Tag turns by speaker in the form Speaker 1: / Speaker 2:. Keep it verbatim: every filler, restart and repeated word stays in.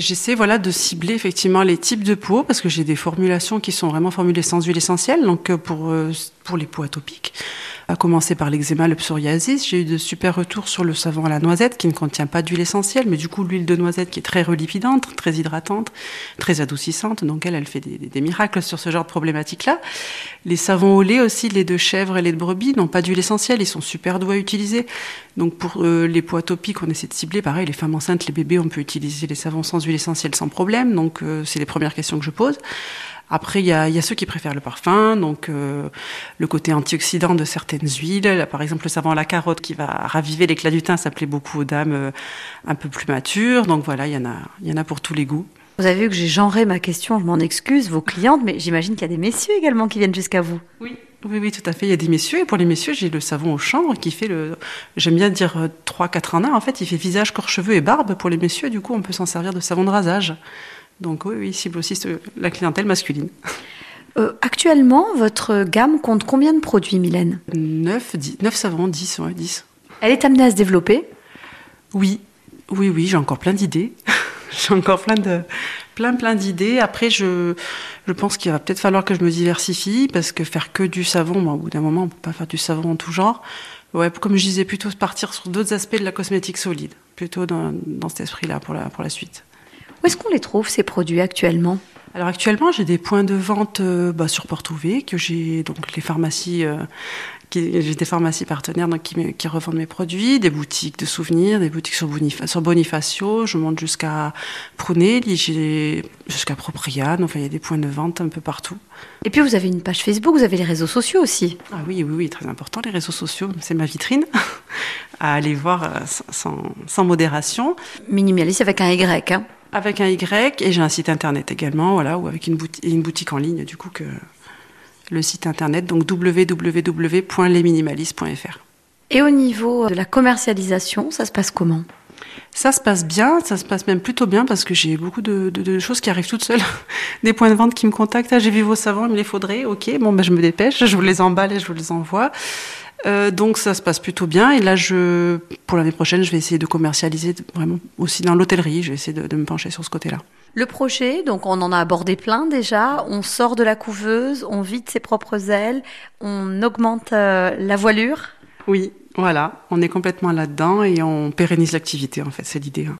Speaker 1: J'essaie voilà, de cibler effectivement les types de peau parce que j'ai des formulations qui sont vraiment formulées sans huile essentielle. Donc pour, pour les peaux atopiques, à commencer par l'eczéma, le psoriasis, j'ai eu de super retours sur le savon à la noisette qui ne contient pas d'huile essentielle, mais du coup l'huile de noisette qui est très relipidante, très hydratante, très adoucissante. Donc elle, elle fait des, des miracles sur ce genre de problématique-là. Les savons au lait aussi, lait de chèvre et lait de brebis, n'ont pas d'huile essentielle, ils sont super doux à utiliser. Donc pour euh, les peaux atopiques, on essaie de cibler. Pareil, les femmes enceintes, les bébés, on peut utiliser les savons sans huile essentielle sans problème. Donc euh, c'est les premières questions que je pose. Après, il y a, y a ceux qui préfèrent le parfum, donc euh, le côté antioxydant de certaines huiles. Là, par exemple, le savon à la carotte qui va raviver l'éclat du teint, ça plaît beaucoup aux dames euh, un peu plus matures. Donc voilà, il y en a, il y en a pour tous les goûts.
Speaker 2: Vous avez vu que j'ai genré ma question, je m'en excuse, vos clientes, mais j'imagine qu'il y a des messieurs également qui viennent jusqu'à vous.
Speaker 1: Oui. Oui, oui, tout à fait. Il y a des messieurs. Et pour les messieurs, j'ai le savon au chanvre qui fait le... J'aime bien dire trois quatre en un. En fait, il fait visage, corps, cheveux et barbe pour les messieurs. Du coup, on peut s'en servir de savon de rasage. Donc oui, oui, il cible aussi la clientèle masculine.
Speaker 2: Euh, actuellement, votre gamme compte combien de produits, Mylène ?
Speaker 1: neuf, dix, neuf savons, dix, ouais, dix.
Speaker 2: Elle est amenée à se développer ?
Speaker 1: Oui, oui, oui, j'ai encore plein d'idées. J'ai encore plein de... plein plein d'idées. Après, je, je pense qu'il va peut-être falloir que je me diversifie parce que faire que du savon, bon, au bout d'un moment, on ne peut pas faire du savon en tout genre. Ouais, comme je disais, plutôt partir sur d'autres aspects de la cosmétique solide, plutôt dans, dans cet esprit-là pour la, pour la suite.
Speaker 2: Où est-ce qu'on les trouve, ces produits, actuellement ?
Speaker 1: Alors actuellement, j'ai des points de vente euh, bah, sur Porte Ouvée, que j'ai donc les pharmacies... Euh, Qui, j'ai des pharmacies partenaires donc, qui, qui revendent mes produits, des boutiques de souvenirs, des boutiques sur, Bonif- sur Bonifacio, je monte jusqu'à Prunelli, j'ai jusqu'à Propriane, enfin il y a des points de vente un peu partout.
Speaker 2: Et puis vous avez une page Facebook, vous avez les réseaux sociaux aussi.
Speaker 1: Ah oui, oui, oui, très important, les réseaux sociaux, c'est ma vitrine, à aller voir sans, sans modération.
Speaker 2: Minimaliste avec un Y, hein.
Speaker 1: Avec un Y, et j'ai un site internet également, voilà, ou avec une, bouti- une boutique en ligne, du coup que... le site internet, donc w w w point les minimalistes point f r.
Speaker 2: Et au niveau de la commercialisation, ça se passe comment ?
Speaker 1: Ça se passe bien, ça se passe même plutôt bien parce que j'ai beaucoup de, de, de choses qui arrivent toutes seules. Des points de vente qui me contactent, ah, j'ai vu vos savons, il me les faudrait, ok, bon ben je me dépêche, je vous les emballe et je vous les envoie. Euh, donc ça se passe plutôt bien et là je, pour l'année prochaine, je vais essayer de commercialiser vraiment aussi dans l'hôtellerie, je vais essayer de, de me pencher sur ce côté-là.
Speaker 2: Le projet, donc on en a abordé plein déjà, on sort de la couveuse, on vide ses propres ailes, on augmente euh, la voilure.
Speaker 1: Oui, voilà, on est complètement là-dedans et on pérennise l'activité en fait, c'est l'idée. Hein.